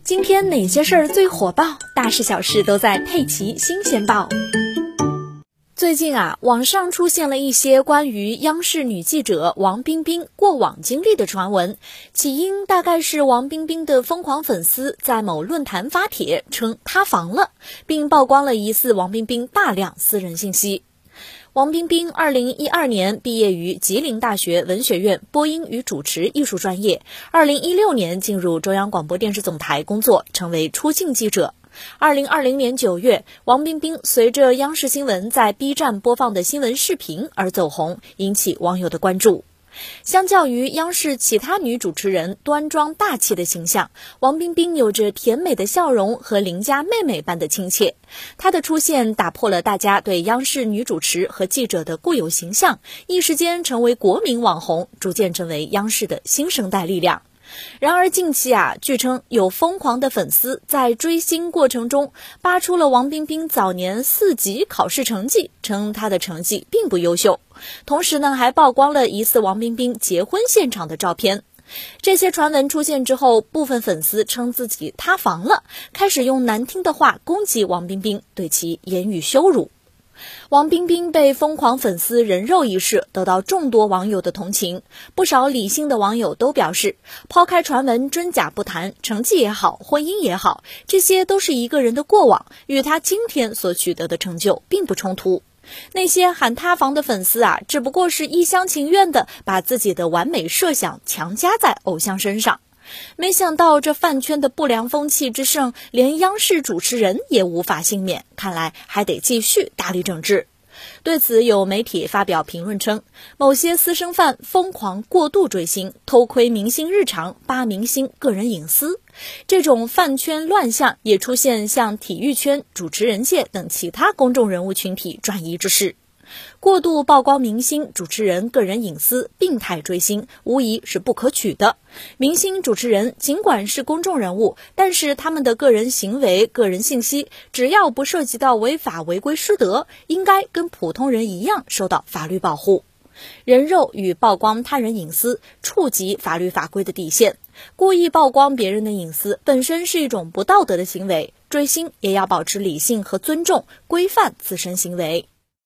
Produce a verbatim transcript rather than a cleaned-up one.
今天哪些事儿最火爆？大事小事都在佩奇新鲜报。最近啊，网上出现了一些关于央视女记者王冰冰过往经历的传闻，起因大概是王冰冰的疯狂粉丝在某论坛发帖称塌房了，并曝光了疑似王冰冰大量私人信息。王冰冰二零一二年毕业于吉林大学文学院播音与主持艺术专业，二零一六年进入中央广播电视总台工作，成为出镜记者。二零二零年九月，王冰冰随着央视新闻在 B 站播放的新闻视频而走红，引起网友的关注。相较于央视其他女主持人端庄大气的形象，王冰冰有着甜美的笑容和邻家妹妹般的亲切。她的出现打破了大家对央视女主持和记者的固有形象，一时间成为国民网红，逐渐成为央视的新生代力量。然而近期啊，据称有疯狂的粉丝在追星过程中扒出了王冰冰早年四级考试成绩，称她的成绩并不优秀。同时呢，还曝光了疑似王冰冰结婚现场的照片。这些传闻出现之后，部分粉丝称自己塌房了，开始用难听的话攻击王冰冰，对其言语羞辱。王冰冰被疯狂粉丝人肉一事得到众多网友的同情，不少理性的网友都表示，抛开传闻真假不谈，成绩也好，婚姻也好，这些都是一个人的过往，与他今天所取得的成就并不冲突。那些喊塌房的粉丝啊，只不过是一厢情愿的把自己的完美设想强加在偶像身上。没想到这饭圈的不良风气之盛，连央视主持人也无法幸免，看来还得继续大力整治。对此，有媒体发表评论称，某些私生饭疯狂过度追星，偷窥明星日常，扒明星个人隐私。这种饭圈乱象也出现向体育圈、主持人界等其他公众人物群体转移之势。过度曝光明星、主持人个人隐私，病态追星，无疑是不可取的。明星、主持人尽管是公众人物，但是他们的个人行为、个人信息，只要不涉及到违法违规失德，应该跟普通人一样受到法律保护。人肉与曝光他人隐私触及法律法规的底线，故意曝光别人的隐私本身是一种不道德的行为，追星也要保持理性和尊重，规范自身行为。